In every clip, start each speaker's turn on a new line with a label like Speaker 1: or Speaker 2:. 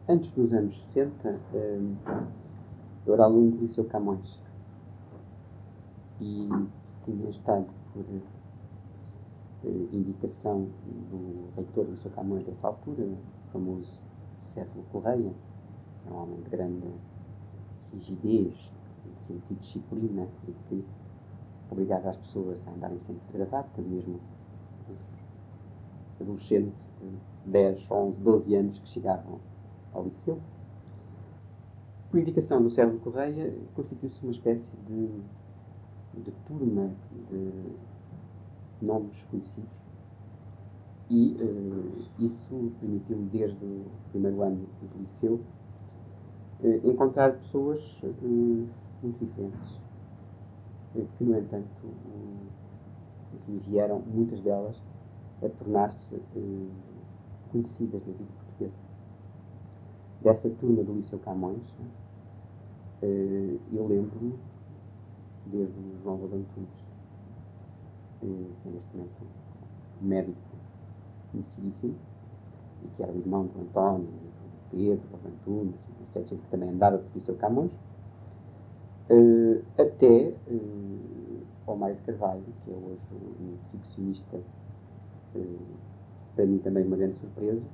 Speaker 1: Antes dos anos 60, eu era aluno do Liceu Camões e tinha estado por indicação do reitor do Liceu Camões dessa altura, o famoso Sérvulo Correia, um homem de grande rigidez, de sentido de disciplina, e que obrigava as pessoas a andarem sempre de gravata, mesmo os adolescentes de 10, 11, 12 anos que chegavam ao liceu. Por indicação do Sérvulo Correia, constituiu-se uma espécie de turma de nomes conhecidos e isso permitiu-me, desde o primeiro ano do liceu, encontrar pessoas muito diferentes, que, no entanto, vieram, muitas delas, a tornar-se conhecidas na vida portuguesa. Dessa turma do Liceu Camões, eu lembro-me, desde o João Antunes, que é neste momento um médico conhecidíssimo, e que era o irmão do António, do Pedro, do Antunes, etc., que também andava pelo Liceu Camões, até ao Mário de Carvalho, que é hoje um ficcionista, para mim também uma grande surpresa,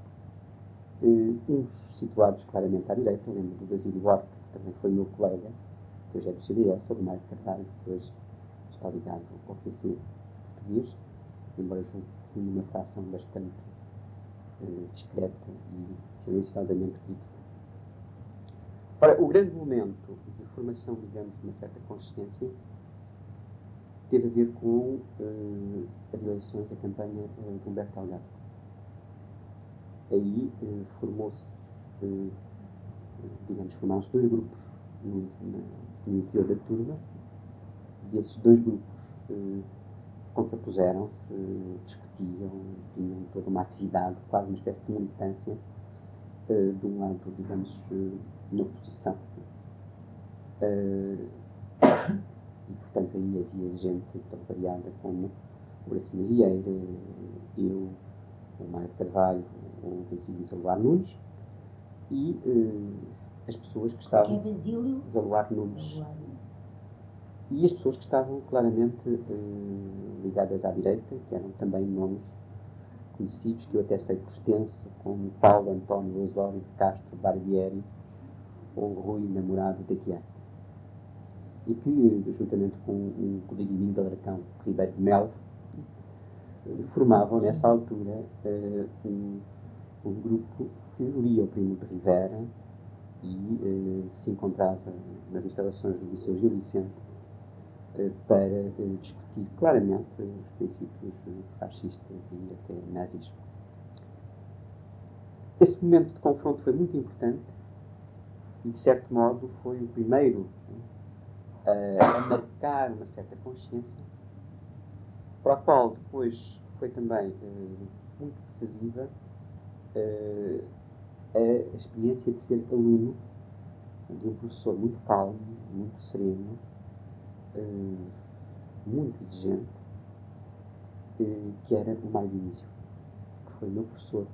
Speaker 1: uns situados claramente à direita. Lembro do Basílio Horta, que também foi meu colega, que hoje é do CDS, ou do Mário de Carvalho, que hoje está ligado ao PC português, embora junto numa fração bastante discreta e silenciosamente crítica. Ora, o grande momento de formação, digamos, de uma certa consciência teve a ver com as eleições, a campanha de Humberto Delgado. Aí formou-se, digamos, formaram-se dois grupos no interior da turma, e esses dois grupos contrapuseram-se, discutiam, tinham toda uma atividade, quase uma espécie de militância, de um lado, digamos, na oposição. E, portanto, aí havia gente tão variada como o Bracina Vieira, eu, o Mário de Carvalho, o Basílio Zaluar Nunes, e as pessoas que estavam...
Speaker 2: Que é Basílio?
Speaker 1: Zaluar Nunes. E as pessoas que estavam claramente ligadas à direita, que eram também nomes conhecidos, que eu até sei por extenso, como Paulo António Osório de Castro Barbieri, ou Rui Namorado de Guiar. E que, juntamente com um coleguinho de Alarcão, Ribeiro de Melo, formavam nessa altura um grupo que lia o Primo de Rivera e se encontrava nas instalações do Liceu Gil Vicente para discutir claramente os princípios fascistas e até nazis. Esse momento de confronto foi muito importante e, de certo modo, foi o primeiro a marcar uma certa consciência, para a qual depois foi também muito decisiva a experiência de ser aluno de um professor muito calmo, muito sereno, muito exigente, que era o Mário Dionísio, que foi meu professor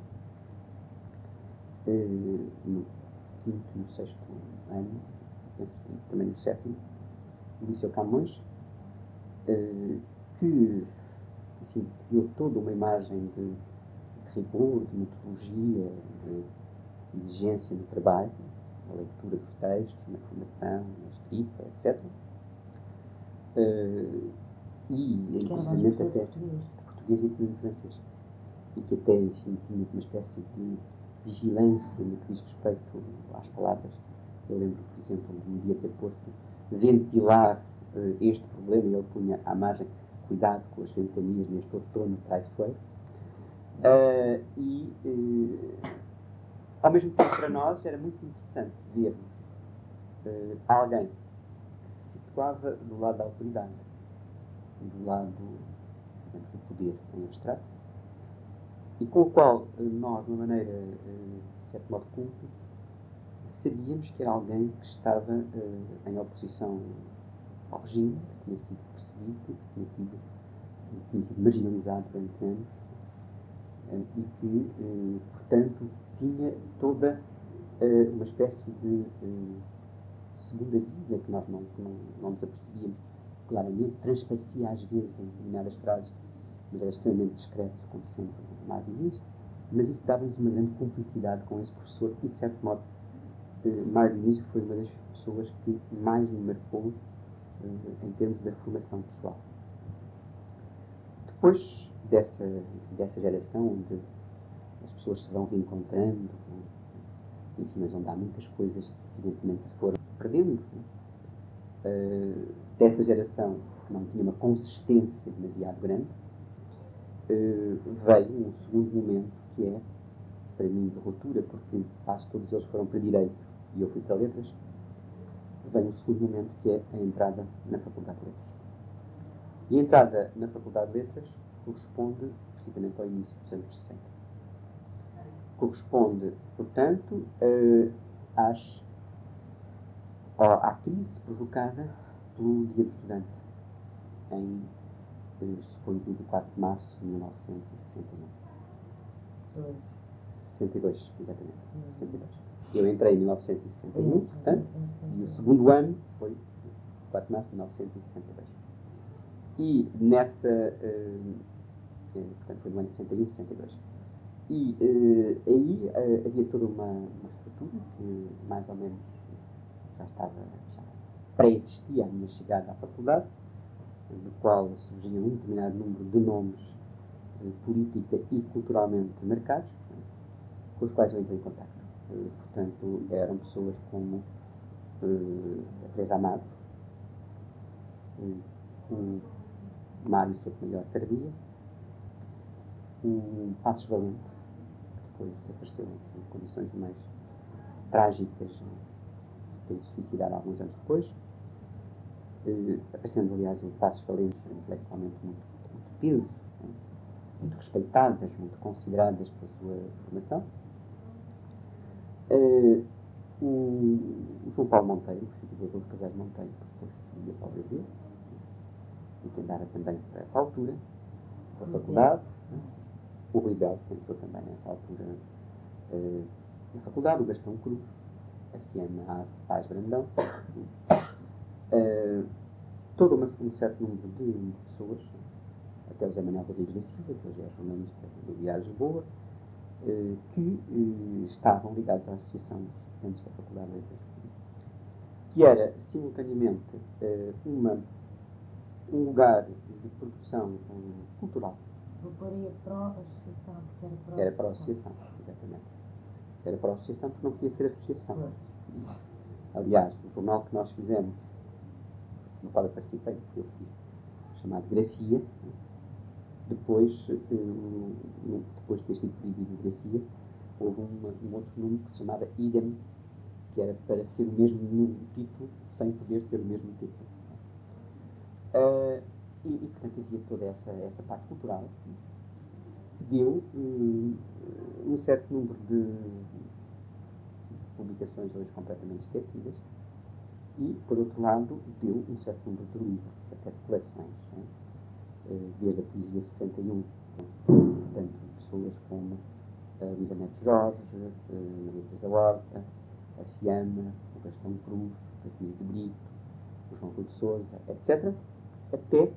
Speaker 1: no quinto e no sexto ano, penso que também no sétimo, do Liceu Camões, que, enfim, criou toda uma imagem de rigor, de metodologia, de exigência no trabalho, na leitura dos textos, na formação, na escrita, etc. E, inclusive, até português e também francês. E que até, enfim, tinha uma espécie de vigilância no que diz respeito às palavras. Eu lembro, por exemplo, de um dia ter posto ventilar este problema, e ele punha à margem: cuidado com as ventanias neste outono traiçoeiro. Ao mesmo tempo, para nós, era muito interessante vermos alguém que se situava do lado da autoridade, do lado, digamos, do poder em abstrato, e com o qual nós, de uma maneira, de certo modo, cúmplice, sabíamos que era alguém que estava em oposição ao regime, que tinha sido perseguido, que tinha sido marginalizado durante anos, e que, portanto, tinha toda uma espécie de segunda vida que nós não nos apercebíamos claramente, transparecia às vezes em determinadas frases, mas era extremamente discreto, como sempre, Mário Diniz, mas isso dava-nos uma grande cumplicidade com esse professor e, de certo modo, Mário Diniz foi uma das pessoas que mais me marcou em termos da formação pessoal. Depois dessa geração, onde as pessoas se vão reencontrando, enfim, mas onde há muitas coisas que evidentemente se foram perdendo, dessa geração que não tinha uma consistência demasiado grande, veio um segundo momento que é, para mim, de ruptura, porque quase todos eles foram para Direito e eu fui para Letras. Vem um segundo momento que é a entrada na Faculdade de Letras. E a entrada na Faculdade de Letras corresponde precisamente ao início dos anos 60. Corresponde, portanto, à crise provocada pelo Dia do Estudante, em, suponho, 24 de março de 1961. 62, exatamente. 62. Eu entrei em 1961, portanto, e o segundo ano foi 4 de março de 1962. E nessa, portanto, foi no ano de 61, 62. E aí havia toda uma estrutura que mais ou menos já pré-existia a minha chegada à faculdade, no qual surgia um determinado número de nomes política e culturalmente marcados, com os quais eu entrei em contato. Portanto, eram pessoas como a Teresa Amado, o Mário Sotomayor Cardia, o Passos Valente, que depois desapareceu em condições mais trágicas, teve de suicidar alguns anos depois, aparecendo, aliás, o Passos Valente, intelectualmente muito peso, muito respeitadas, muito consideradas pela sua formação. O João Paulo Monteiro, filho do Adolfo Casais Monteiro, que depois ia para o Brasil, e que andara também para essa altura, para a faculdade. O Rui Belo, que entrou também nessa altura na faculdade, o Gastão Cruz, a Fiamma Paz Brandão, todo um certo número de pessoas, até o Zé Manuel Rodrigues da Silva, que hoje é jornalista do Diário de Lisboa, que estavam ligados à Associação dos Estudantes da Faculdade de Letras, que era, simultaneamente, um lugar de produção cultural.
Speaker 2: Vou pôr aí pró-associação, porque
Speaker 1: era pró-associação, exatamente. Era pró-associação porque não podia ser associação. Aliás, o jornal que nós fizemos, no qual eu participei, que eu fiz, chamado Grafia, depois de ter sido proibido Grafia, houve um outro número que se chamava Idem, que era para ser o mesmo título, sem poder ser o mesmo título. Portanto, havia toda essa parte cultural que deu um certo número de publicações hoje completamente esquecidas e, por outro lado, deu um certo número de livros, até de coleções, desde a Poesia 61, portanto, pessoas como a Luísa Neto Jorge, Maria Teresa Horta, a Fiamma, o Gastão Cruz, o Casimiro de Brito, o João Rui de Sousa, etc., até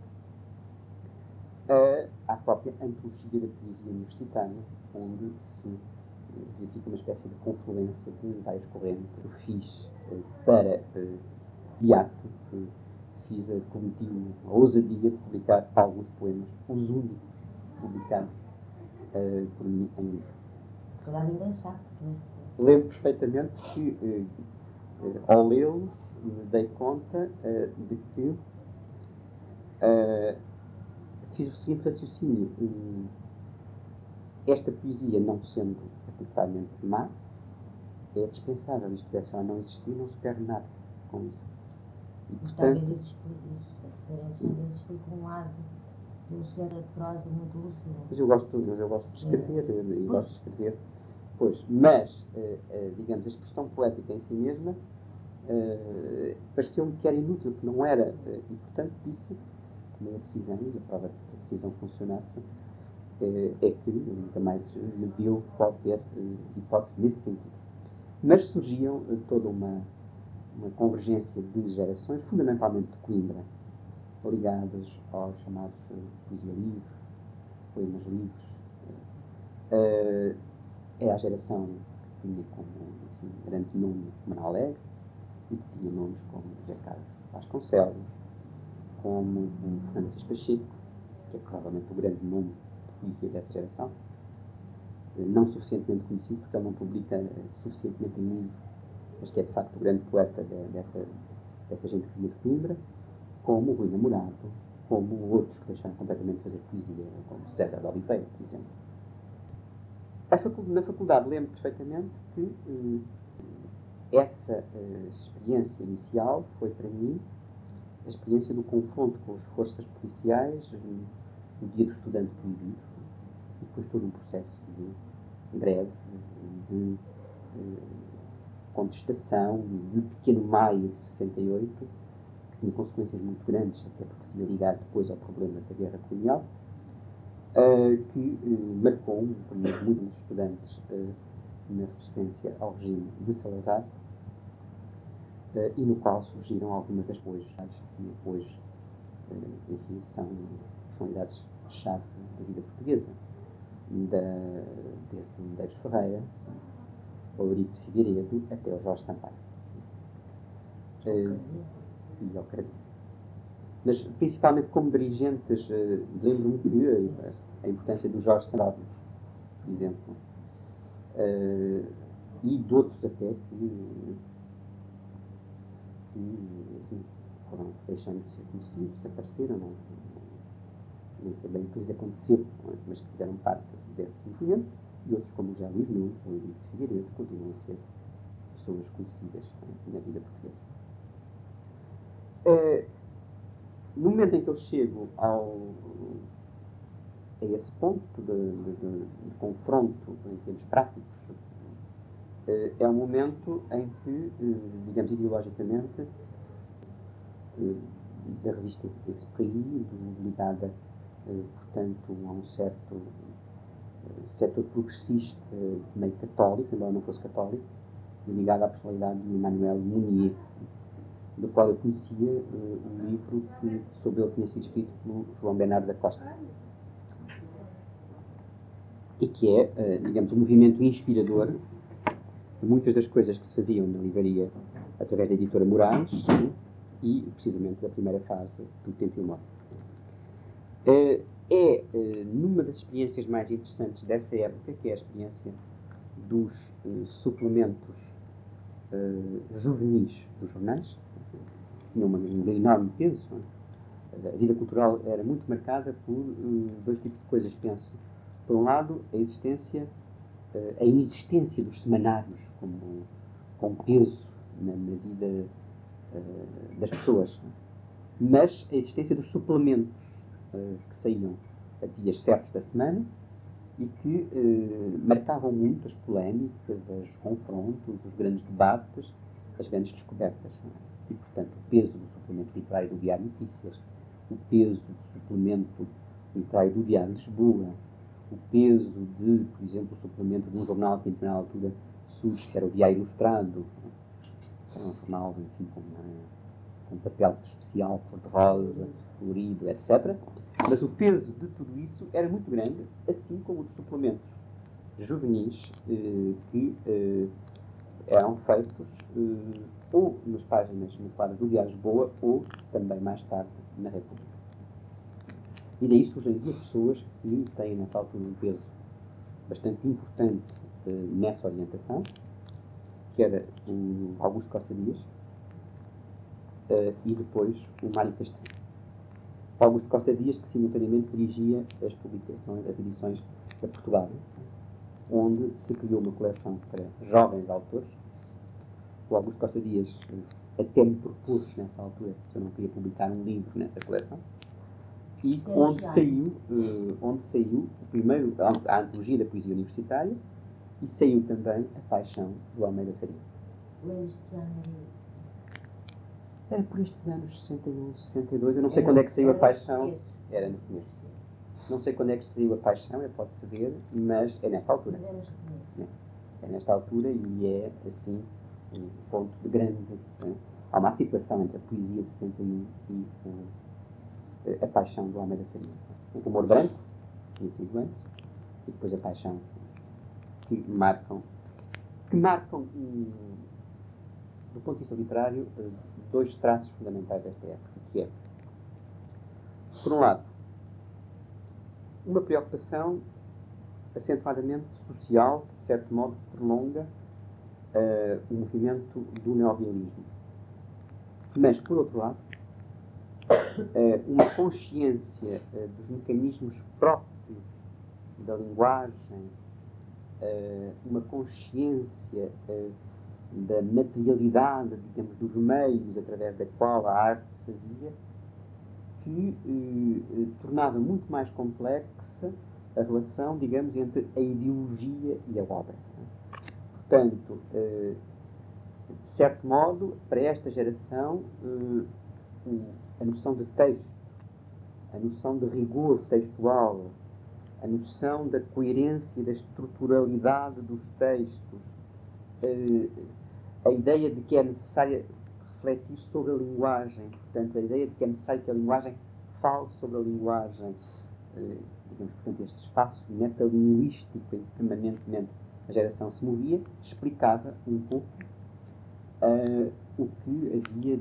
Speaker 1: à própria antologia da poesia universitária, onde se verifica uma espécie de confluência de várias correntes. Eu fiz para teatro, cometi a ousadia de publicar alguns poemas, os únicos publicados por mim em livro.
Speaker 2: Se calhar ninguém sabe, né?
Speaker 1: Lembro perfeitamente que, ao lê-los, me dei conta de que fiz o seguinte raciocínio. Esta poesia, não sendo particularmente má, é dispensável. Isto é, se ela não existir, não se perde nada com isso.
Speaker 2: E, portanto, talvez isso, talvez explique um lado de um ser de prosa muito lúcido.
Speaker 1: Mas eu gosto de escrever, e gosto de escrever. Pois, mas, digamos, a expressão poética em si mesma pareceu-me que era inútil, que não era, e portanto disse, tomei a decisão, e a prova de que a decisão funcionasse é que nunca mais me deu qualquer hipótese nesse sentido. Mas surgiam toda uma convergência de gerações, fundamentalmente de Coimbra, ligadas aos chamados poesia livre, poemas livres. É a geração que tinha como grande nome Manuel Alegre, e que tinha nomes como José Carlos Vasconcelos, como o Francisco Pacheco, que é provavelmente o grande nome de poesia dessa geração, não suficientemente conhecido, porque ele não publica suficientemente em livro, mas que é de facto o grande poeta dessa gente que vinha de Coimbra, como o Rui Namorado, como outros que deixaram completamente de fazer poesia, como César de Oliveira, por exemplo. Na faculdade lembro perfeitamente que essa experiência inicial foi para mim a experiência do confronto com as forças policiais no dia do estudante proibido, e depois todo um processo de greve, de contestação, de pequeno maio de 68, que tinha consequências muito grandes, até porque se ia ligar depois ao problema da guerra colonial, que marcou um período de muitos estudantes na resistência ao regime de Salazar, e no qual surgiram algumas das personalidades que hoje, enfim, são personalidades-chave da vida portuguesa, desde o Medeiros Ferreira, o Eurico de Figueiredo, até o Jorge Sampaio. E ao Cardinho. Mas, principalmente como dirigentes, lembro-me que a importância do Jorge Sampaio, por exemplo, e de outros até que enfim, foram deixando de ser conhecidos, desapareceram, nem sei bem o que lhes aconteceu, mas que fizeram parte desse movimento, e outros como o José Luís Nunes, o Eurico de Figueiredo, continuam a ser pessoas conhecidas na vida portuguesa. No momento em que eu chego a esse ponto de confronto em termos práticos, é um momento em que, digamos, ideologicamente, da revista Esprit, ligada, portanto, a um certo setor progressista, meio católico, embora não fosse católico, e ligada à personalidade de Emmanuel Mounier, do qual eu conhecia um livro que sobre ele tinha sido escrito por João Bernardo da Costa, e que é, digamos, um movimento inspirador de muitas das coisas que se faziam na livraria através da editora Moraes e, precisamente, da primeira fase do Tempo e o Modo. Numa das experiências mais interessantes dessa época, que é a experiência dos suplementos juvenis dos jornais, tinha um enorme peso. A vida cultural era muito marcada por dois tipos de coisas, penso. Por um lado, a inexistência dos semanários como peso na vida das pessoas, mas a existência dos suplementos que saíam a dias certos da semana e que marcavam muito as polémicas, os confrontos, os grandes debates, as grandes descobertas. E, portanto, o peso do suplemento literário do Diário Notícias, o peso do suplemento literário do Diário de Lisboa, o peso de, por exemplo, o suplemento de um jornal que, na altura, surge, que era o Diário Ilustrado, que era um jornal, enfim, com papel especial, cor-de-rosa, colorido, etc. Mas o peso de tudo isso era muito grande, assim como os suplementos juvenis que eram feitos ou nas páginas no quadro do Diário de Lisboa ou também mais tarde na República. E daí surgem duas pessoas que têm nessa altura um peso bastante importante nessa orientação, que era o Augusto Costa Dias e depois o Mário Castanho. O Augusto Costa Dias, que simultaneamente dirigia as publicações, as edições da Portugal, onde se criou uma coleção para jovens autores. O Augusto Costa Dias até me propôs nessa altura se eu não queria publicar um livro nessa coleção, e onde saiu o primeiro, a antologia da poesia universitária, e saiu também A Paixão, do Almeida Faria. Era por estes anos, 61, 62, eu não sei quando é que saiu A Paixão. Era no começo. Não sei quando é que saiu A Paixão, pode-se ver, mas é nesta altura. É nesta altura e é, assim, um ponto de grande... Há uma articulação entre a poesia de 61 e a paixão do Almeida Faria. O humor branco, tinha sido antes, e depois a paixão, que marcam do ponto de vista literário, dois traços fundamentais desta época, que é, por um lado, uma preocupação acentuadamente social, que de certo modo prolonga o movimento do neorrealismo. Mas, por outro lado, uma consciência dos mecanismos próprios da linguagem, uma consciência da materialidade, digamos, dos meios através da qual a arte se fazia, que tornava muito mais complexa a relação, digamos, entre a ideologia e a obra. Portanto, de certo modo, para esta geração, a noção de texto, a noção de rigor textual, a noção da coerência e da estruturalidade dos textos, a ideia de que é necessário refletir sobre a linguagem, portanto, a ideia de que é necessário que a linguagem fale sobre a linguagem, digamos, portanto, este espaço metalinguístico em que permanentemente a geração se movia, explicava um pouco o que havia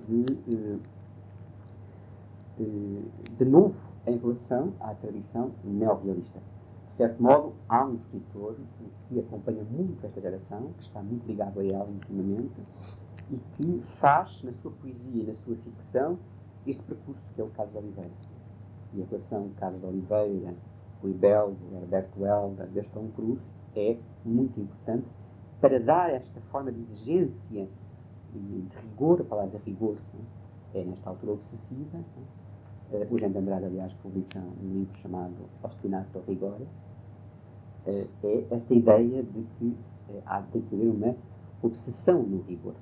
Speaker 1: de novo em relação à tradição neorrealista. De certo modo, há um escritor que acompanha muito esta geração, que está muito ligado a ela intimamente, e que faz, na sua poesia e na sua ficção, este percurso que é o Carlos de Oliveira. E a relação de Carlos de Oliveira, Rui Belo, Herberto Helder, Gastão Cruz, é muito importante para dar esta forma de exigência e de rigor, a palavra rigor é nesta altura obsessiva. O Jean de Andrade, aliás, publica um livro chamado Ostinato Rigore. É essa ideia de que tem que haver uma obsessão no rigor.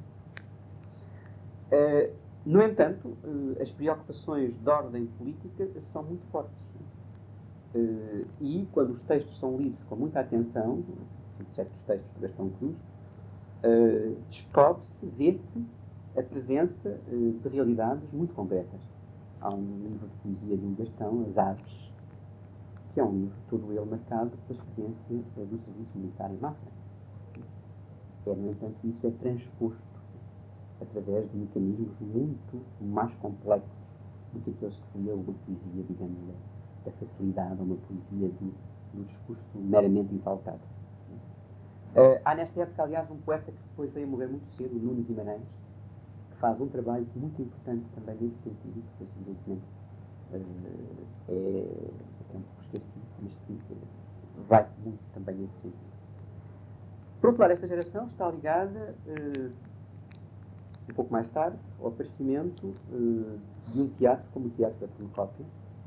Speaker 1: No entanto, as preocupações de ordem política são muito fortes. E quando os textos são lidos com muita atenção, certos textos de Gastão Cruz, descobre-se, vê-se a presença de realidades muito concretas. Há um livro de poesia de um Gastão, As Aves, que é um livro todo ele marcado pela experiência do serviço militar em Mafra. No entanto, isso é transposto através de mecanismos muito mais complexos do que aqueles que seria uma poesia, digamos, da facilidade, ou uma poesia do discurso meramente exaltado. Há nesta época, aliás, um poeta que depois veio a morrer muito cedo, o Nuno Guimarães, que faz um trabalho muito importante também nesse sentido, depois, evidentemente, é um pouco esquecido, mas que vai muito também nesse sentido. Por outro lado, esta geração está ligada, um pouco mais tarde, ao aparecimento de um teatro como o Teatro da Cornucópia,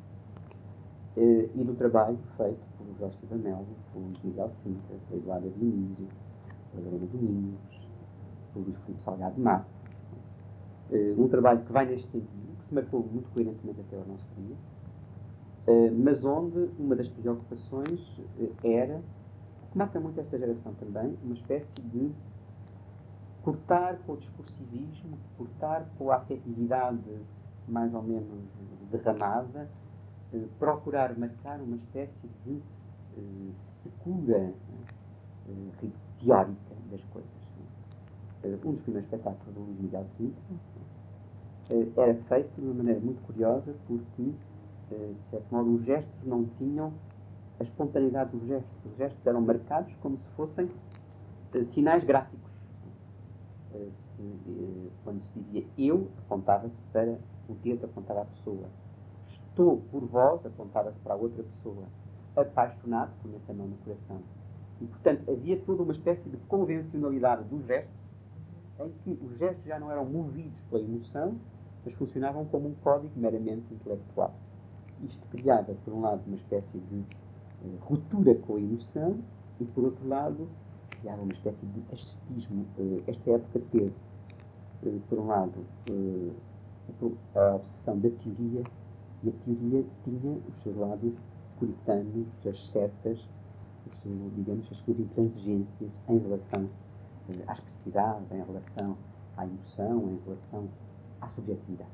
Speaker 1: e do trabalho feito por Jorge Silva Melo, por Luís Miguel Sintra, por Eduardo Dionísio, por Helena Domingos, por Luís Filipe Salgado Matos. Um trabalho que vai neste sentido, que se marcou muito coerentemente até ao nosso dia, mas onde uma das preocupações era, que marca muito esta geração também, uma espécie de cortar com o discursivismo, cortar com a afetividade mais ou menos derramada, procurar marcar uma espécie de secura teórica das coisas. Um dos primeiros espetáculos do Luís Miguel Sintra era feito de uma maneira muito curiosa, porque, de certo modo, os gestos não tinham a espontaneidade dos gestos. Os gestos eram marcados como se fossem sinais gráficos. Quando se dizia eu, apontava-se para o dedo, apontava a pessoa. Estou por vós, apontava-se para a outra pessoa. Apaixonado, punha-se a mão no coração. E, portanto, havia toda uma espécie de convencionalidade dos gestos, em que os gestos já não eram movidos pela emoção, mas funcionavam como um código meramente intelectual. Isto criava, por um lado, uma espécie de ruptura com a emoção e, por outro lado, criava uma espécie de ascetismo. Esta época teve, por um lado, a obsessão da teoria, e a teoria tinha os seus lados puritanos, as setas, digamos, as suas intransigências em relação à expressividade, em relação à emoção, em relação à subjetividade.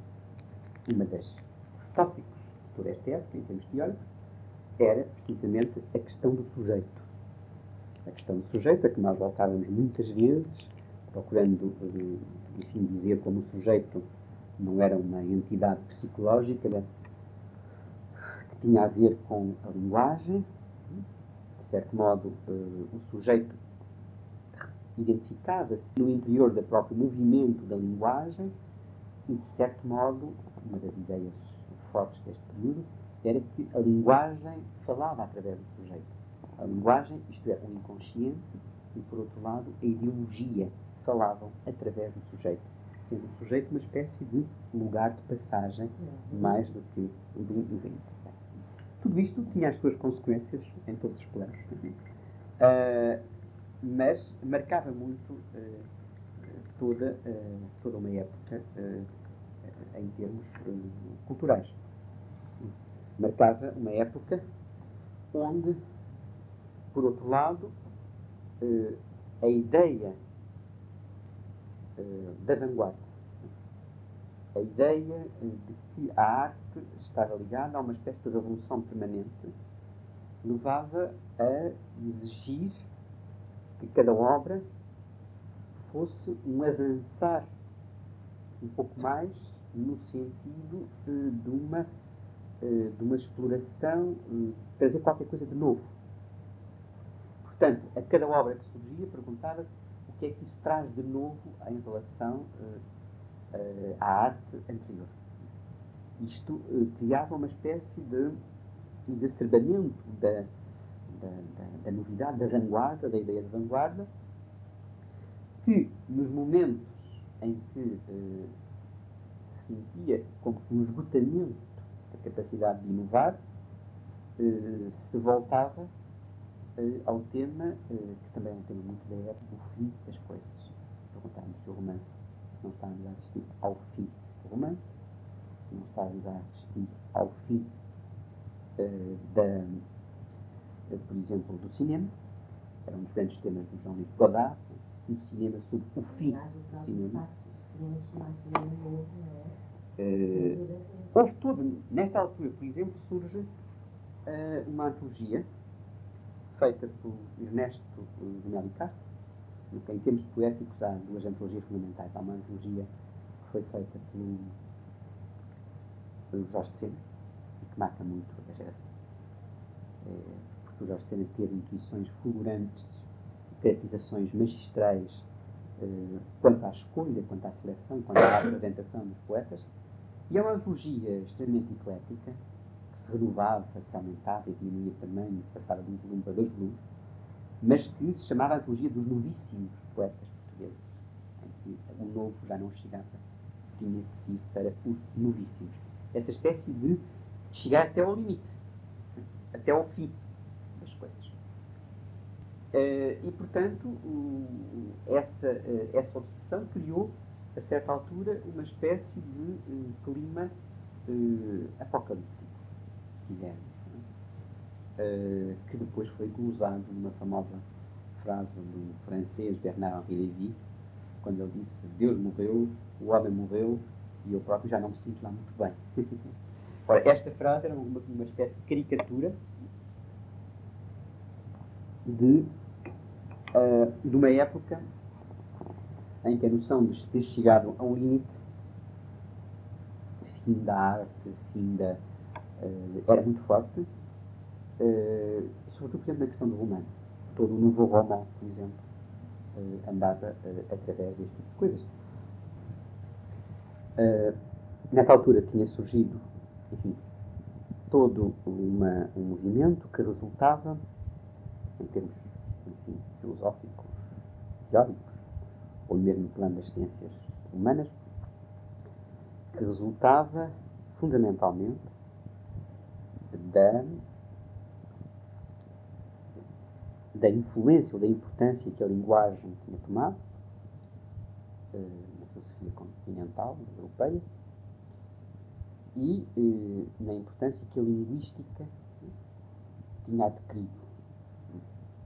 Speaker 1: Os tópicos de toda esta época, em termos teóricos, era precisamente a questão do sujeito. A questão do sujeito, a que nós voltávamos muitas vezes, procurando, enfim, dizer como o sujeito não era uma entidade psicológica, né, que tinha a ver com a linguagem. De certo modo, o sujeito identificava-se no interior do próprio movimento da linguagem e, de certo modo, uma das ideias fortes deste período era que a linguagem falava através do sujeito. A linguagem, isto é, o inconsciente, e, por outro lado, a ideologia falavam através do sujeito, sendo o sujeito uma espécie de lugar de passagem, mais do que do evento. Tudo isto tinha as suas consequências em todos os planos. Mas marcava muito toda uma época em termos culturais. Marcava uma época onde, por outro lado, a ideia da vanguarda, a ideia de que a arte estava ligada a uma espécie de revolução permanente, levava a exigir que cada obra fosse um avançar um pouco mais no sentido de uma exploração, trazer qualquer coisa de novo. Portanto, a cada obra que surgia, perguntava-se o que é que isso traz de novo em relação à arte anterior. Isto criava uma espécie de exacerbamento da novidade, da vanguarda, da ideia de vanguarda, que nos momentos em que se sentia como um esgotamento da capacidade de inovar, se voltava ao tema, que também é um tema muito da época, do fim das coisas. Perguntarmos se o romance, se não estávamos a assistir ao fim do romance, se não estávamos a assistir ao fim por exemplo, do cinema, era um dos grandes temas do Jean-Luc Godard, um cinema sobre o fim do cinema. Houve todo, nesta altura, por exemplo, surge uma antologia feita por Ernesto Bonelli Castro. Em termos poéticos há duas antologias fundamentais. Há uma antologia que foi feita pelo Jorge de Sena e que marca muito a geração. Porque o Jorge de Sena teve intuições fulgurantes, caracterizações magistrais quanto à escolha, quanto à seleção, quanto à apresentação dos poetas. E é uma antologia extremamente eclética, que se renovava, que aumentava e diminuía de tamanho, passava de um volume para 2 volumes, mas que se chamava a antologia dos novíssimos poetas portugueses, em que o novo já não chegava, tinha que se ir para os novíssimos. Essa espécie de chegar até ao limite, até ao fim das coisas. E, portanto, essa obsessão criou, a certa altura, uma espécie de clima apocalíptico, se quisermos, que depois foi glosado numa famosa frase do francês Bernard-Henri Lévy, quando ele disse: Deus morreu, o homem morreu e eu próprio já não me sinto lá muito bem. Ora, esta frase era uma espécie de caricatura de uma época em que a noção de ter chegado a um limite, fim da arte, era muito forte, sobretudo, por exemplo, na questão do romance. Todo o novo roman, por exemplo, andava através deste tipo de coisas. Nessa altura tinha surgido, enfim, todo um movimento que resultava, em termos, enfim, filosóficos, teóricos, ou mesmo no plano das ciências humanas, que resultava fundamentalmente da influência ou da importância que a linguagem tinha tomado na filosofia continental, europeia, e na importância que a linguística tinha adquirido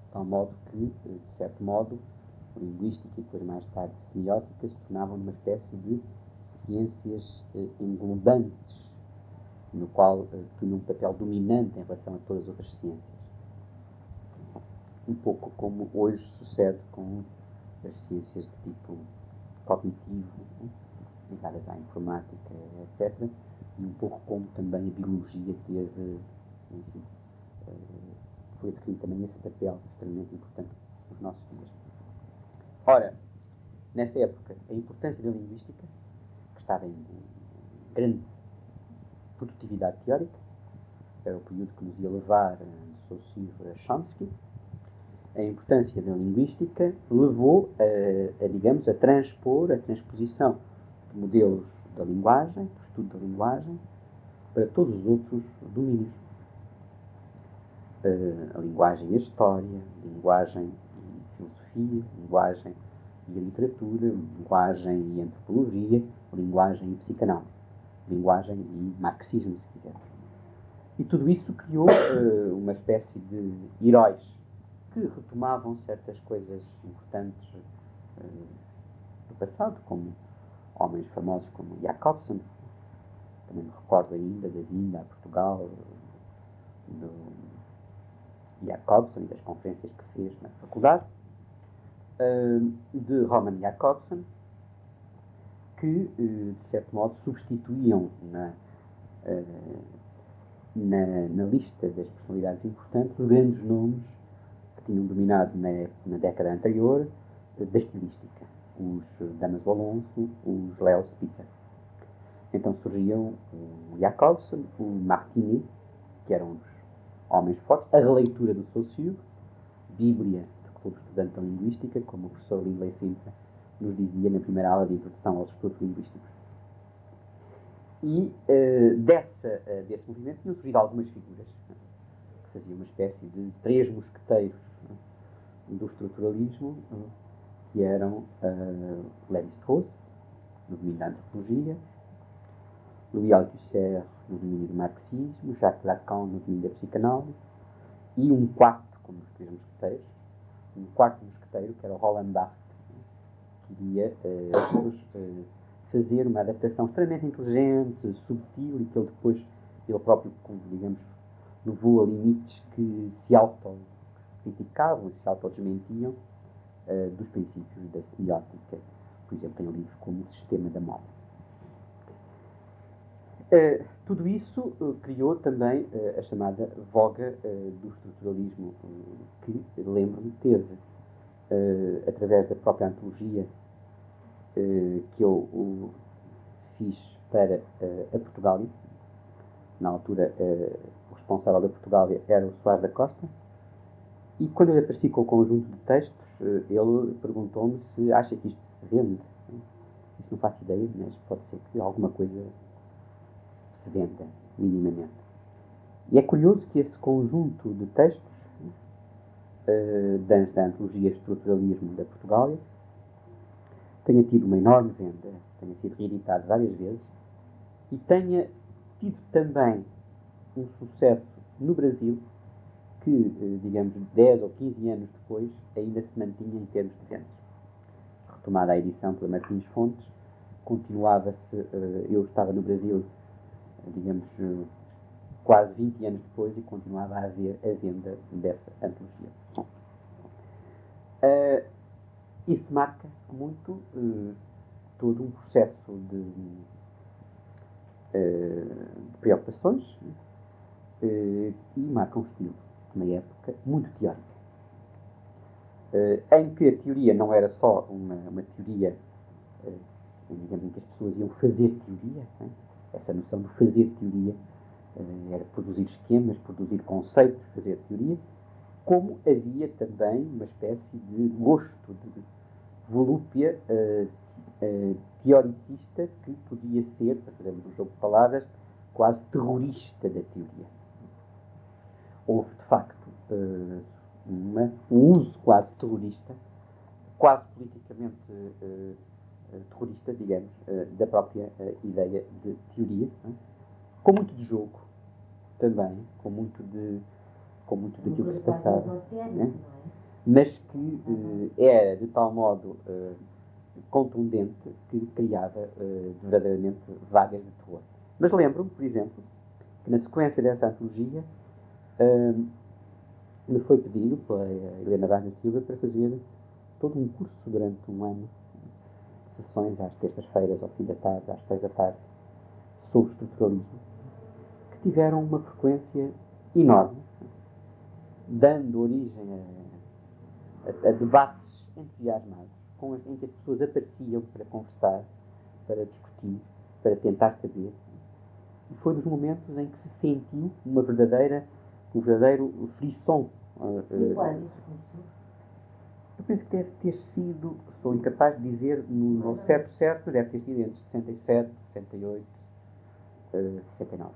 Speaker 1: tal modo que, de certo modo, linguística e depois mais tarde semiótica se tornavam uma espécie de ciências englobantes, no qual tinham um papel dominante em relação a todas as outras ciências. Um pouco como hoje sucede com as ciências de tipo cognitivo, ligadas à informática, etc. E um pouco como também a biologia teve, enfim, foi adquirido também esse papel extremamente importante nos nossos dias. Ora, nessa época, a importância da linguística, que estava em grande produtividade teórica, era o período que nos ia levar de Saussure a Chomsky, a importância da linguística levou digamos, a transposição de modelos da linguagem, do estudo da linguagem, para todos os outros domínios. A linguagem e a história, a linguagem e a filosofia, a linguagem e a literatura, a linguagem e a antropologia, a linguagem e a psicanálise, a linguagem e marxismo, se quisermos. E tudo isso criou uma espécie de heróis que retomavam certas coisas importantes do passado, como homens famosos como Jacobson. Também me recordo ainda da vinda a Portugal do Jacobson e das conferências que fez na faculdade, de Roman Jacobson, que, de certo modo, substituíam na lista das personalidades importantes os grandes nomes que tinham dominado na década anterior da estilística, os Damas do Alonso, os Leo Spitzer. Então surgiam o Jacobson, o Martinet, que eram os homens fortes, a releitura do Saussure, Bíblia de todo estudante da linguística, como o professor Lindley Sintra nos dizia na primeira aula de introdução aos estudos linguísticos. E desse movimento tinham surgido algumas figuras que faziam uma espécie de três mosqueteiros do estruturalismo, que eram Lévi-Strauss, no domínio da antropologia, Louis Althusser, no domínio do marxismo, Jacques Lacan, no domínio da psicanálise, e um quarto, como os três mosqueteiros, um quarto mosqueteiro, que era o Roland Barthes, que iria fazer uma adaptação extremamente inteligente, subtil, e que ele depois, ele próprio, digamos, levou a limites que se auto-criticavam, se auto-desmentiam dos princípios da semiótica. Por exemplo, tem livros como O Sistema da Moda. Tudo isso criou também a chamada voga do estruturalismo, que, lembro-me, teve, através da própria antologia que eu fiz para a Portugália. Na altura, o responsável da Portugália era o Soares da Costa, e quando eu apareci com o conjunto de textos, ele perguntou-me se acha que isto se vende. Isso não faço ideia, mas pode ser que alguma coisa se venda, minimamente. E é curioso que esse conjunto de textos da antologia Estruturalismo da Portugália tenha tido uma enorme venda, tenha sido reeditado várias vezes e tenha tido também um sucesso no Brasil que, digamos, 10 ou 15 anos depois ainda se mantinha em termos de vendas. Retomada a edição pela Martins Fontes, continuava-se, eu estava no Brasil, digamos, quase 20 anos depois e continuava a haver a venda dessa antologia. Isso marca muito todo um processo de preocupações e marca um estilo, uma época muito teórica, em que a teoria não era só uma teoria, digamos, em que as pessoas iam fazer teoria, né? Essa noção de fazer teoria era produzir esquemas, produzir conceitos, fazer teoria, como havia também uma espécie de gosto de volúpia teoricista que podia ser, para fazermos um jogo de palavras, quase terrorista da teoria. Houve, de facto, um uso quase terrorista, quase politicamente terrorista, digamos, da própria ideia de teoria, né? Com muito de jogo também, com muito daquilo que se passava.
Speaker 2: Né?
Speaker 1: mas que era de tal modo contundente que criava verdadeiramente vagas de terror. Mas lembro-me, por exemplo, que na sequência dessa antologia me foi pedido pela Helena Vaz da Silva para fazer todo um curso durante um ano de sessões às terças-feiras, ao fim da tarde, às 6 da tarde, sobre estruturalismo, que tiveram uma frequência enorme, dando origem a debates entusiasmados, em que as pessoas apareciam para conversar, para discutir, para tentar saber. E foi dos momentos em que se sentiu um verdadeiro frisson.
Speaker 2: E qual é isso?
Speaker 1: Eu penso que deve ter sido, sou incapaz de dizer no certo, deve ter sido entre 67, 68, 69.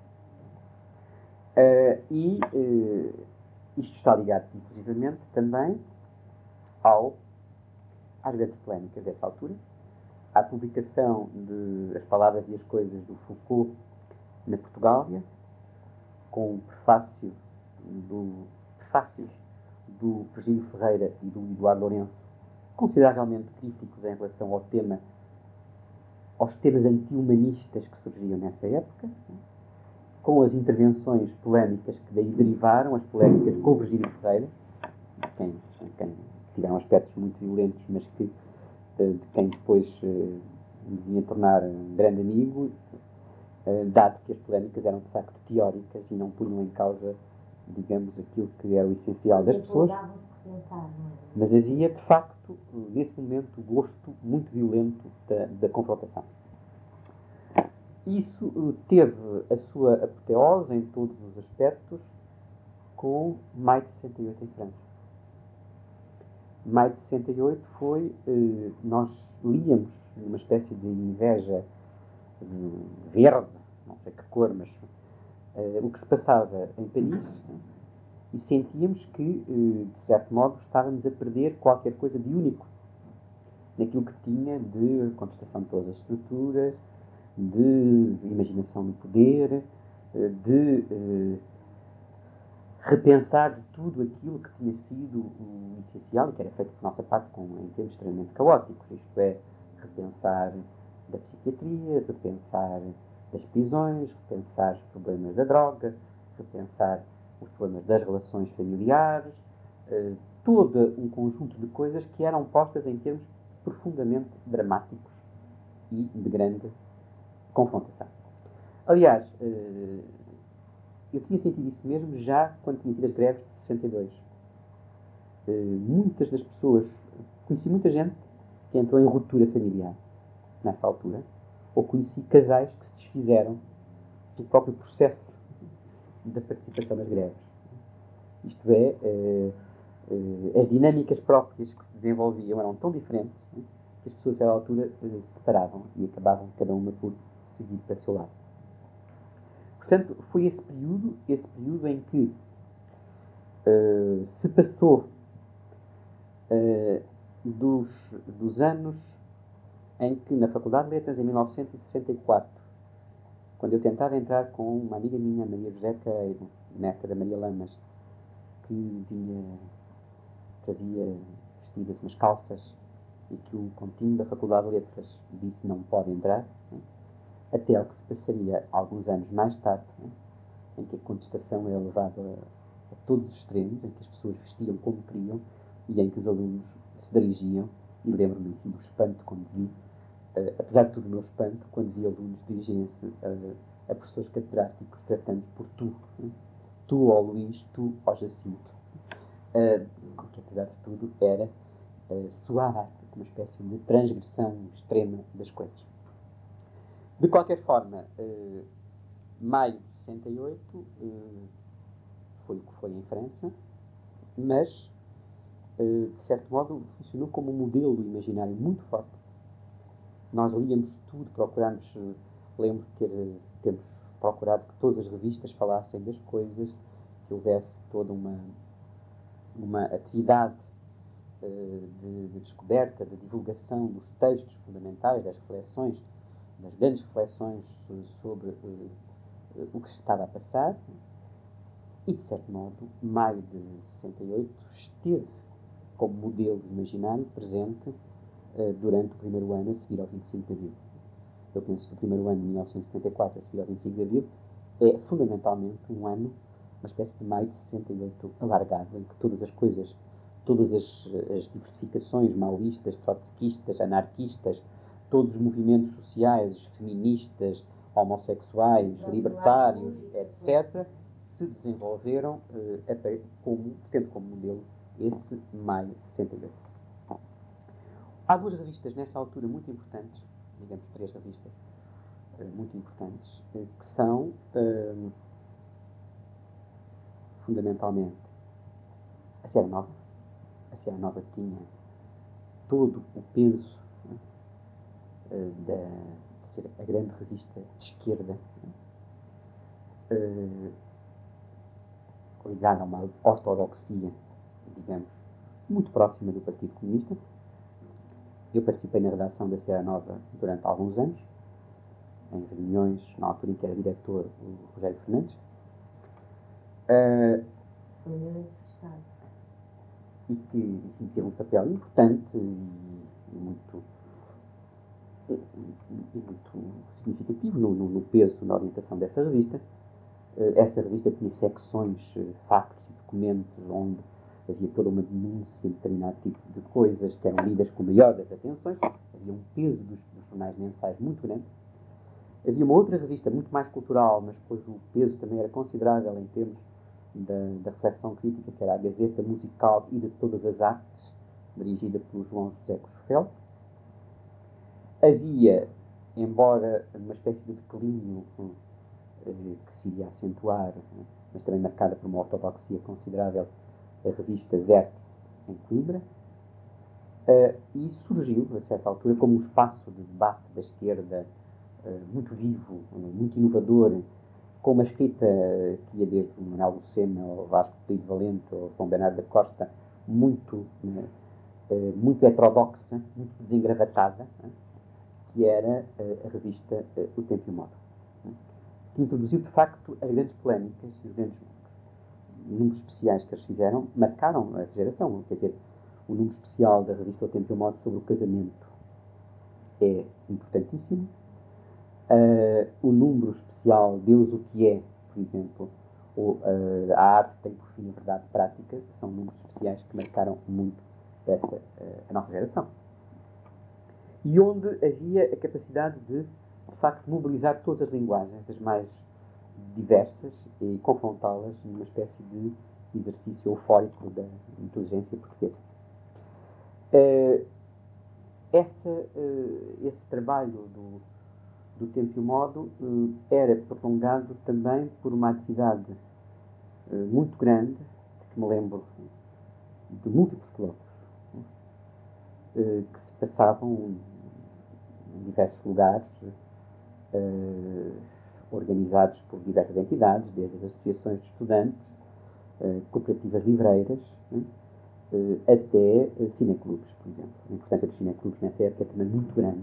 Speaker 1: Isto está ligado, inclusivamente, também às grandes polémicas dessa altura, à publicação de As Palavras e as Coisas do Foucault na Portugália, com o prefácios do Virgílio Ferreira e do Eduardo Lourenço, consideravelmente críticos em relação aos temas anti-humanistas que surgiam nessa época, com as intervenções polémicas que daí derivaram, as polémicas com o Virgílio Ferreira, de quem tiveram aspectos muito violentos, mas de quem depois me vinha tornar um grande amigo, dado que as polémicas eram de facto teóricas e não punham em causa, digamos, aquilo que era o essencial das pessoas. Mas havia, de facto, nesse momento, o gosto muito violento da confrontação. Isso teve a sua apoteose em todos os aspectos com Maio de 68 em França. Maio de 68 foi, nós líamos numa espécie de inveja verde, não sei que cor, mas o que se passava em Paris, e sentíamos que, de certo modo, estávamos a perder qualquer coisa de único naquilo que tinha de contestação de todas as estruturas, de imaginação do poder, de repensar de tudo aquilo que tinha sido o essencial e que era feito por nossa parte em termos extremamente caóticos, isto é, repensar da psiquiatria, repensar das prisões, repensar os problemas da droga, repensar os problemas das relações familiares, todo um conjunto de coisas que eram postas em termos profundamente dramáticos e de grande confrontação. Aliás, eu tinha sentido isso mesmo já quando tinha sido as greves de 62. Muitas das pessoas, conheci muita gente que entrou em ruptura familiar nessa altura, ou conheci casais que se desfizeram do próprio processo da participação nas greves. Isto é, as dinâmicas próprias que se desenvolviam eram tão diferentes, que as pessoas, à altura, se separavam e acabavam cada uma por seguir para o seu lado. Portanto, foi esse período em que se passou dos anos em que, na Faculdade de Letras, em 1964, quando eu tentava entrar com uma amiga minha, Maria José Queiro, neta da Maria Lamas, que trazia vestidas umas calças e que o contínuo da Faculdade de Letras disse não pode entrar, até ao que se passaria alguns anos mais tarde, em que a contestação era levada a todos os extremos, em que as pessoas vestiam como queriam e em que os alunos se dirigiam, e lembro-me do espanto quando vi, apesar de tudo o meu espanto, quando vi alunos dirigirem-se a professores catedráticos tratando por tu, tu ao Luís, tu ao Jacinto, que apesar de tudo era soar uma espécie de transgressão extrema das coisas. De qualquer forma, maio de 68 foi o que foi em França, mas, de certo modo, funcionou como um modelo imaginário muito forte. Nós líamos tudo, procurámos, lembro de termos procurado que todas as revistas falassem das coisas, que houvesse toda uma atividade de descoberta, de divulgação dos textos fundamentais, das reflexões, das grandes reflexões sobre o que se estava a passar. E, de certo modo, maio de 68 esteve como modelo imaginário presente durante o primeiro ano a seguir ao 25 de Abril. Eu penso que o primeiro ano de 1974 a seguir ao 25 de Abril é fundamentalmente um ano, uma espécie de maio de 68 alargado, em que todas as coisas, todas as diversificações maoístas, trotskistas, anarquistas, todos os movimentos sociais, feministas, homossexuais, libertários, etc., se desenvolveram tendo como modelo esse maio de 68. Há duas revistas nesta altura muito importantes, digamos 3 revistas muito importantes, que são fundamentalmente a Sierra Nova. A Sierra Nova tinha todo o peso de ser a grande revista de esquerda, ligada a uma ortodoxia, digamos, muito próxima do Partido Comunista. Eu participei na redação da Sierra Nova durante alguns anos, em reuniões, na altura em que era diretor o Rogério Fernandes.
Speaker 2: Foi meu entrevistado.
Speaker 1: E que teve um papel importante e muito significativo no peso, na orientação dessa revista. Essa revista tinha secções, factos e documentos, onde havia toda uma denúncia de determinado tipo de coisas que eram lidas com a maior das atenções. Havia um peso dos jornais mensais muito grande. Havia uma outra revista muito mais cultural, mas depois o peso também era considerável em termos da reflexão crítica, que era a Gazeta Musical e de Todas as Artes, dirigida pelo João José Cochofel. Havia, embora uma espécie de declínio que se iria acentuar, mas também marcada por uma ortodoxia considerável, a revista Vértice, em Coimbra, e surgiu, a certa altura, como um espaço de debate da esquerda muito vivo, muito inovador, com uma escrita que ia desde o Manuel Lucena, ao Vasco Pedido Valente, ao João Bernardo da Costa, muito heterodoxa, muito desengravatada, que era a revista O Tempo e o Modo, que introduziu, de facto, as grandes polémicas e os grandes números especiais que eles fizeram, marcaram essa geração. Quer dizer, o número especial da revista O Tempo e o Modo sobre o casamento é importantíssimo. O número especial Deus o que é, por exemplo, ou A Arte tem por fim a verdade prática, são números especiais que marcaram muito a nossa geração. E onde havia a capacidade de facto, mobilizar todas as linguagens, as mais diversas, e confrontá-las numa espécie de exercício eufórico da inteligência portuguesa. Esse trabalho do Tempo e o Modo era prolongado também por uma atividade muito grande, de que me lembro de múltiplos colóquios que se passavam em diversos lugares, organizados por diversas entidades, desde as associações de estudantes, cooperativas livreiras, até cineclubes, por exemplo. A importância dos cineclubes nessa época é também muito grande.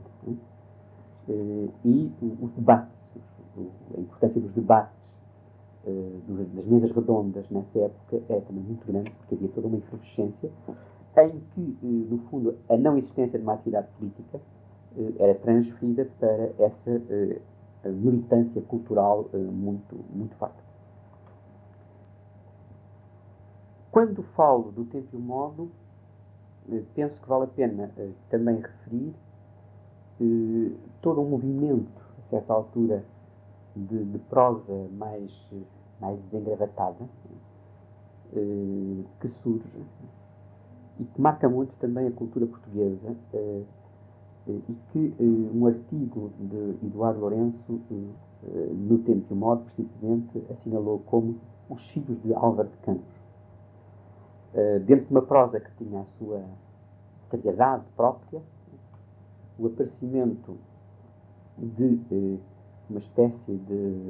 Speaker 1: E os debates, a importância dos debates, das mesas redondas nessa época é também muito grande, porque havia toda uma efervescência em que, no fundo, a não existência de uma atividade política era transferida para essa militância cultural muito forte. Quando falo do Tempo e o Modo, penso que vale a pena também referir todo um movimento, a certa altura, de prosa mais desengravatada, que surge e que marca muito também a cultura portuguesa, e que um artigo de Eduardo Lourenço, no Tempo e o Modo, precisamente, assinalou como os filhos de Álvaro de Campos. Dentro de uma prosa que tinha a sua seriedade própria, o aparecimento de uma espécie de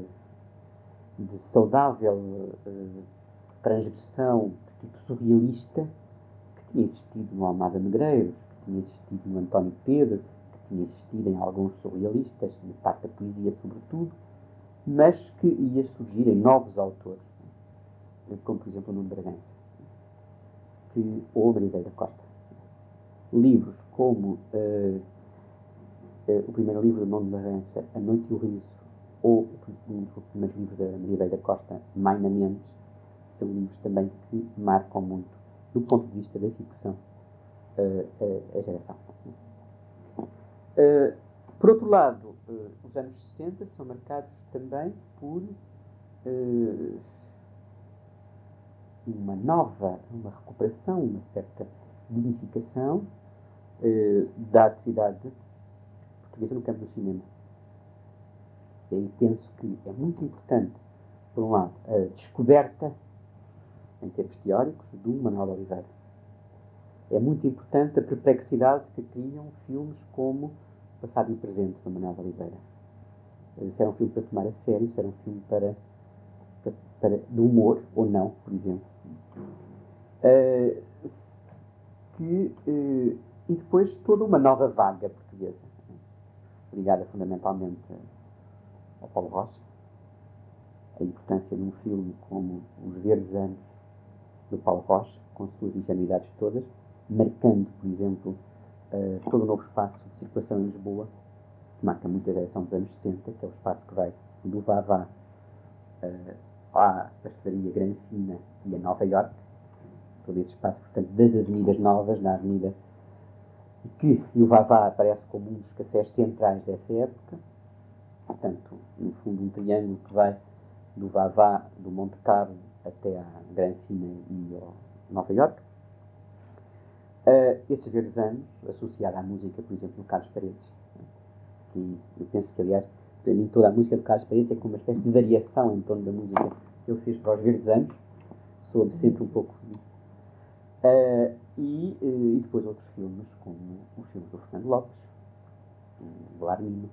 Speaker 1: saudável transgressão de tipo surrealista que tinha existido no Almada Negreiros, que tinha existido no António Pedro, que tinha existido em alguns surrealistas, de parte da poesia sobretudo, mas que ia surgir em novos autores, como por exemplo o Nuno Bragança, ou Maria da Costa. Livros como o primeiro livro de Nuno Barrança, A Noite e o Riso, ou um dos primeiros livros da Maria da Costa, Maina Mendes, são livros também que marcam muito, do ponto de vista da ficção, a geração. Por outro lado, os anos 60 são marcados também por uma recuperação, uma certa dignificação da atividade portuguesa no campo do cinema. E penso que é muito importante, por um lado, a descoberta, em termos teóricos, do Manuel de Oliveira. É muito importante a perplexidade que criam filmes como Passado e Presente, do Manuel de Oliveira. Se era um filme para tomar a sério, se era um filme de humor, ou não, por exemplo. E depois toda uma nova vaga portuguesa, ligada fundamentalmente ao Paulo Rocha. A importância de um filme como Os Verdes Anos, do Paulo Rocha, com suas ingenuidades todas, marcando, por exemplo, todo o novo espaço de circulação em Lisboa, que marca muito a geração dos anos 60, que é o espaço que vai do Vavá à pastelaria Grande Fina e a Nova Iorque, todo esse espaço, portanto, das avenidas novas, na avenida, e o Vavá aparece como um dos cafés centrais dessa época, portanto, no fundo, um triângulo que vai do Vavá, do Monte Carlo, até à Grande Fina e ao Nova Iorque. Esses verdes anos, associado à música, por exemplo, do Carlos Paredes, que eu penso que, aliás, para mim, toda a música do Carlos Paredes é como uma espécie de variação em torno da música que ele fez para os verdes anos, soube sempre um pouco disso. E depois outros filmes, como os filmes do Fernando Lopes, do Armino,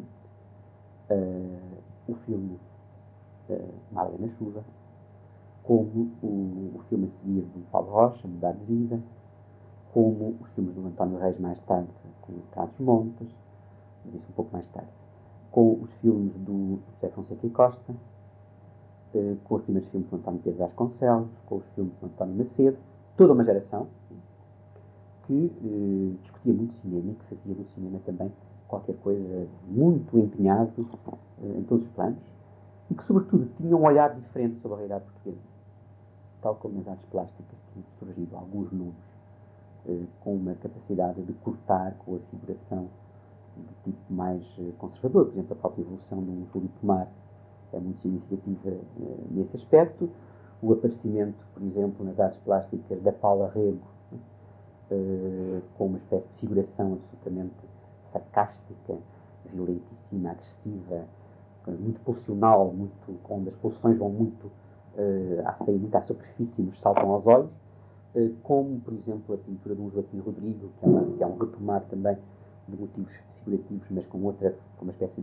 Speaker 1: o filme Málaga na Chuva, como o filme a seguir do Paulo Rocha, Mudar de Vida, como os filmes do António Reis mais tarde, com o Carlos Montes, mas isso um pouco mais tarde, com os filmes do José Fonseca e Costa, com os primeiros filmes do António Pedro Vasconcelos, com os filmes do António Macedo, toda uma geração que discutia muito cinema e que fazia do cinema também qualquer coisa muito empenhado em todos os planos e que, sobretudo, tinha um olhar diferente sobre a realidade portuguesa. Tal como nas artes plásticas tinham surgido alguns nomes com uma capacidade de cortar com a figuração de tipo mais conservador. Por exemplo, a própria evolução de um Júlio Pomar é muito significativa nesse aspecto. O aparecimento, por exemplo, nas artes plásticas da Paula Rego, com uma espécie de figuração absolutamente sarcástica, violentíssima, agressiva, muito pulsional, onde as pulsões vão muito à superfície e nos saltam aos olhos, como, por exemplo, a pintura de um Joaquim Rodrigo, que é um retomar também de motivos figurativos, mas com uma espécie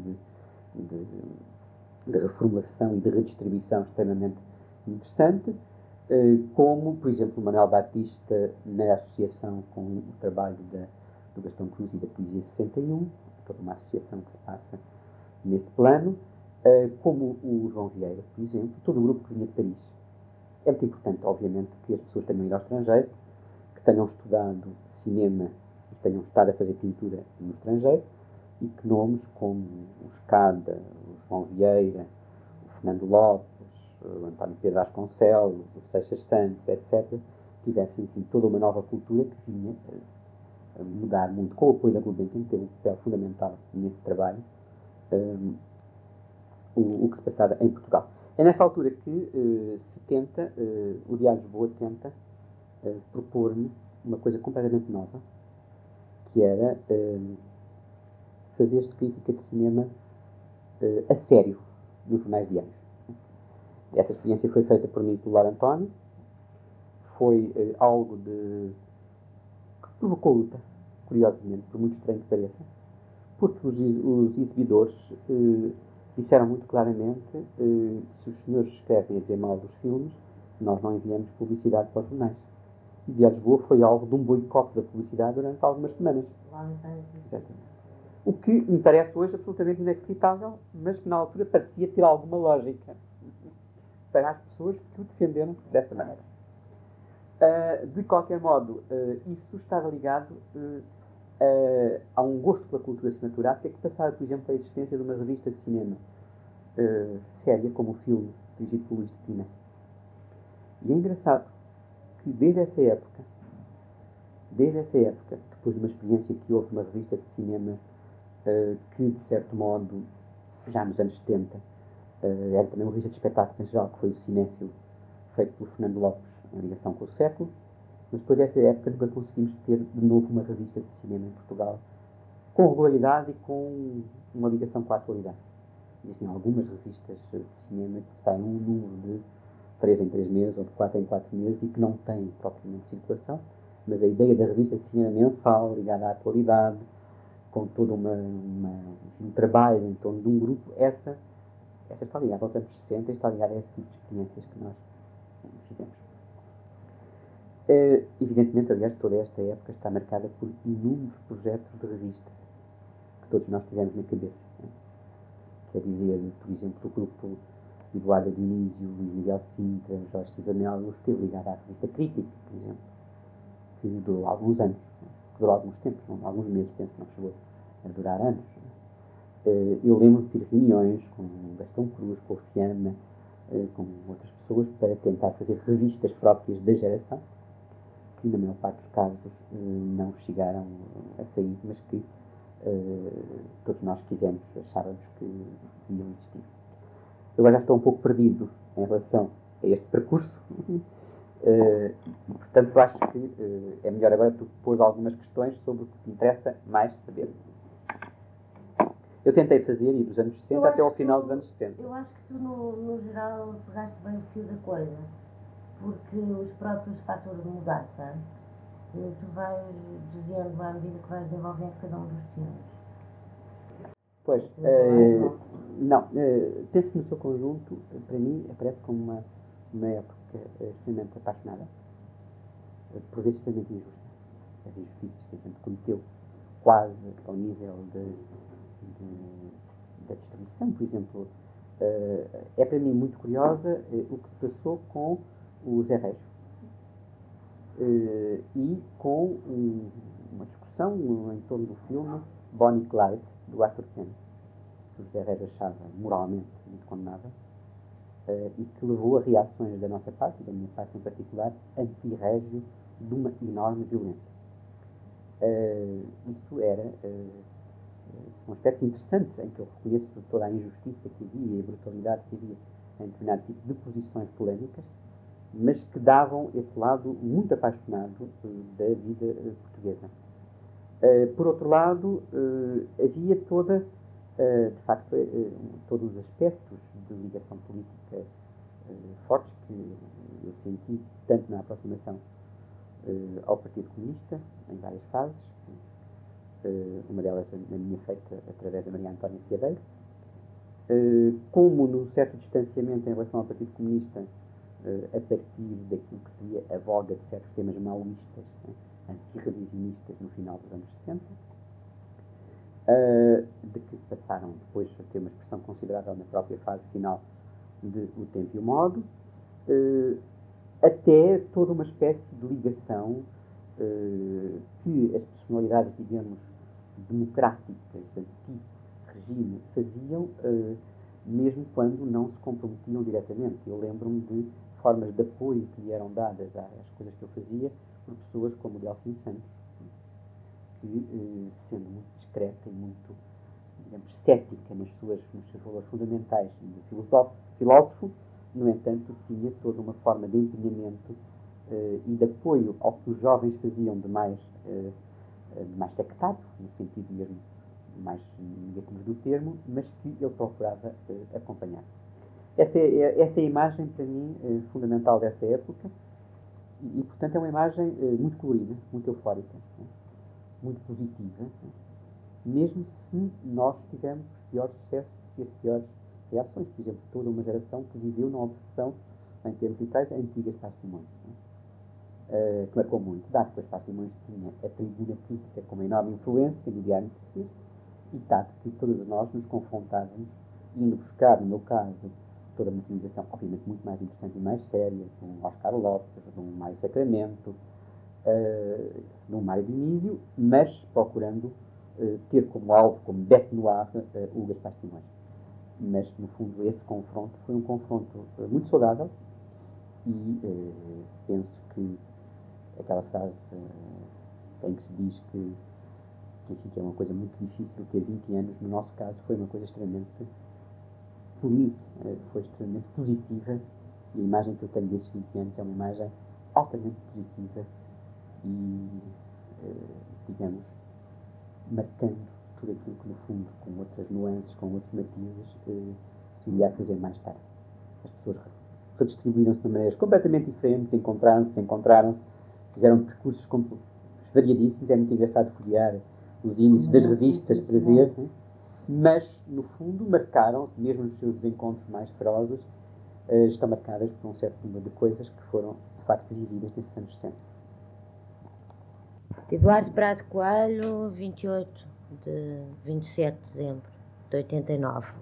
Speaker 1: de reformulação e de redistribuição extremamente interessante, como, por exemplo, Manuel Batista na associação com o trabalho do Gastão Cruz e da Poesia 61, toda uma associação que se passa nesse plano, como o João Vieira, por exemplo, todo o grupo que vinha de Paris. É muito importante, obviamente, que as pessoas tenham ido ao estrangeiro, que tenham estudado cinema e tenham estado a fazer pintura no estrangeiro, e que nomes como o Escada, o João Vieira, o Fernando Lopes, o António Pedro Vasconcelos, o Seixas Santos, etc., tivessem, enfim, toda uma nova cultura que vinha a mudar muito, com o apoio da Gulbenkian, que teve um papel fundamental nesse trabalho, o que se passava em Portugal. É nessa altura que se tenta, o Diário de Lisboa tenta propor-me uma coisa completamente nova, que era fazer-se crítica de cinema a sério nos jornais diários. Essa experiência foi feita por mim e pelo Lar António, foi algo que provocou luta, curiosamente, por muito estranho que pareça, porque os exibidores disseram muito claramente se os senhores escrevem a dizer mal dos filmes, nós não enviamos publicidade para os jornais. E o Diário de Lisboa foi alvo de um boicote da publicidade durante algumas semanas. Exatamente. O que me parece hoje absolutamente inacreditável, mas que na altura parecia ter alguma lógica para as pessoas que o defenderam dessa maneira. De qualquer modo, isso estava ligado a um gosto pela cultura cinematográfica que passava, por exemplo, pela existência de uma revista de cinema séria, como o filme, dirigido por Luís de Pina. E é engraçado que desde essa época, depois de uma experiência que houve numa revista de cinema que, de certo modo, já nos anos 70, era também uma revista de espetáculos em geral, que foi o Cinéfilo, feito pelo Fernando Lopes, em ligação com o século, mas depois dessa época nunca conseguimos ter de novo uma revista de cinema em Portugal, com regularidade e com uma ligação com a atualidade. Existem algumas revistas de cinema que saem um número de 3 em 3 meses ou de 4 em 4 meses e que não têm propriamente circulação, mas a ideia da revista de cinema mensal, ligada à atualidade, com todo um trabalho em torno de um grupo, essa está ligada aos anos 60 e está ligada a esse tipo de experiências que nós fizemos. Evidentemente, aliás, toda esta época está marcada por inúmeros projetos de revistas que todos nós tivemos na cabeça. Quer dizer, por exemplo, o grupo Eduardo Dionísio, Luís Miguel Sintra, Jorge Silva Melo, esteve ligado à revista Crítica, por exemplo, que durou alguns anos, que durou alguns tempos, não, alguns meses, penso que não chegou a durar anos. Eu lembro de ter reuniões com Gastão Cruz, com o Fiamma, com outras pessoas, para tentar fazer revistas próprias da geração, que na maior parte dos casos não chegaram a sair, mas que todos nós quisemos, achávamos que deviam existir. Eu agora já estou um pouco perdido em relação a este percurso, portanto acho que é melhor agora tu pôs algumas questões sobre o que te interessa mais saber. Eu tentei fazer dos anos 60 até ao final dos anos 60.
Speaker 2: Eu acho que tu, no geral, pegaste bem o fio da coisa, porque os próprios fatores mudaram, sabe? Tu vais dizendo à medida que vais desenvolvendo cada um dos temas.
Speaker 1: Pois, não, penso que no seu conjunto, para mim, aparece como uma época extremamente apaixonada, por vezes extremamente injusta. As injustiças que a gente cometeu, quase ao nível da destruição, por exemplo. É para mim muito curiosa o que se passou com o Zé Rejo e com uma discussão em torno do filme Bonnie e Clyde, do Arthur Penn, que o Zé Rejo achava moralmente muito condenável e que levou a reações da nossa parte, e da minha parte em particular, anti-régio, de uma enorme violência. Isso era são aspectos interessantes em que eu reconheço toda a injustiça que havia e a brutalidade que havia em determinado tipo de posições polémicas, mas que davam esse lado muito apaixonado da vida portuguesa. Por outro lado, havia de facto, todos os aspectos de ligação política fortes que eu senti, tanto na aproximação ao Partido Comunista, em várias fases, uma delas na minha feita através da Maria Antónia Fiadeiro, como num certo distanciamento em relação ao Partido Comunista, a partir daquilo que seria a voga de certos temas maoístas, antirrevisionistas no final dos anos 60, de que passaram depois a ter uma expressão considerável na própria fase final de O Tempo e o Modo, até toda uma espécie de ligação que as personalidades, digamos, democráticas, anti-regime, faziam, mesmo quando não se comprometiam diretamente. Eu lembro-me de formas de apoio que lhe eram dadas às coisas que eu fazia por pessoas como o Delfim Santos, que, sendo muito discreta e muito, digamos, cética nos seus valores fundamentais de filósofo, no entanto, tinha toda uma forma de empenhamento e de apoio ao que os jovens faziam de mais sectário, no sentido mesmo mais negativo do termo, mas que ele procurava acompanhar. Essa é a imagem, para mim, fundamental dessa época e, portanto, é uma imagem muito colorida, muito eufórica, muito positiva, mesmo se nós tivermos os piores sucessos e as piores reações. Por exemplo, toda uma geração que viveu na obsessão, em termos literais, a antiga Paz Simões, que marcou muito. Dado que Paz Simões tinha a tribuna crítica com uma enorme influência no Diário Notícias, e dado que todos nós nos confrontávamos, indo buscar, no meu caso, toda uma finalização, obviamente, muito mais interessante e mais séria, de um Oscar Lopes, de um Mário Sacramento, de um Mário Dionísio, mas procurando ter como alvo, como bête noire, o Gaspar Simões. Mas, no fundo, esse confronto foi um confronto muito saudável e penso que aquela frase em que se diz que é uma coisa muito difícil ter 20 anos, no nosso caso foi uma coisa extremamente, por mim, foi extremamente positiva, e a imagem que eu tenho desses 20 anos é uma imagem altamente positiva e, digamos, marcando tudo aquilo que, no fundo, com outras nuances, com outros matizes, se iria a fazer mais tarde. As pessoas redistribuíram-se de maneiras completamente diferentes, encontraram-se, fizeram percursos variadíssimos. É muito engraçado folhear os índices das revistas para ver, mas, no fundo, marcaram-se, mesmo nos seus desencontros mais ferozes, estão marcadas por um certo número de coisas que foram, de facto, vividas nesses anos 60.
Speaker 2: Eduardo Prado Coelho, 27 de dezembro de 89.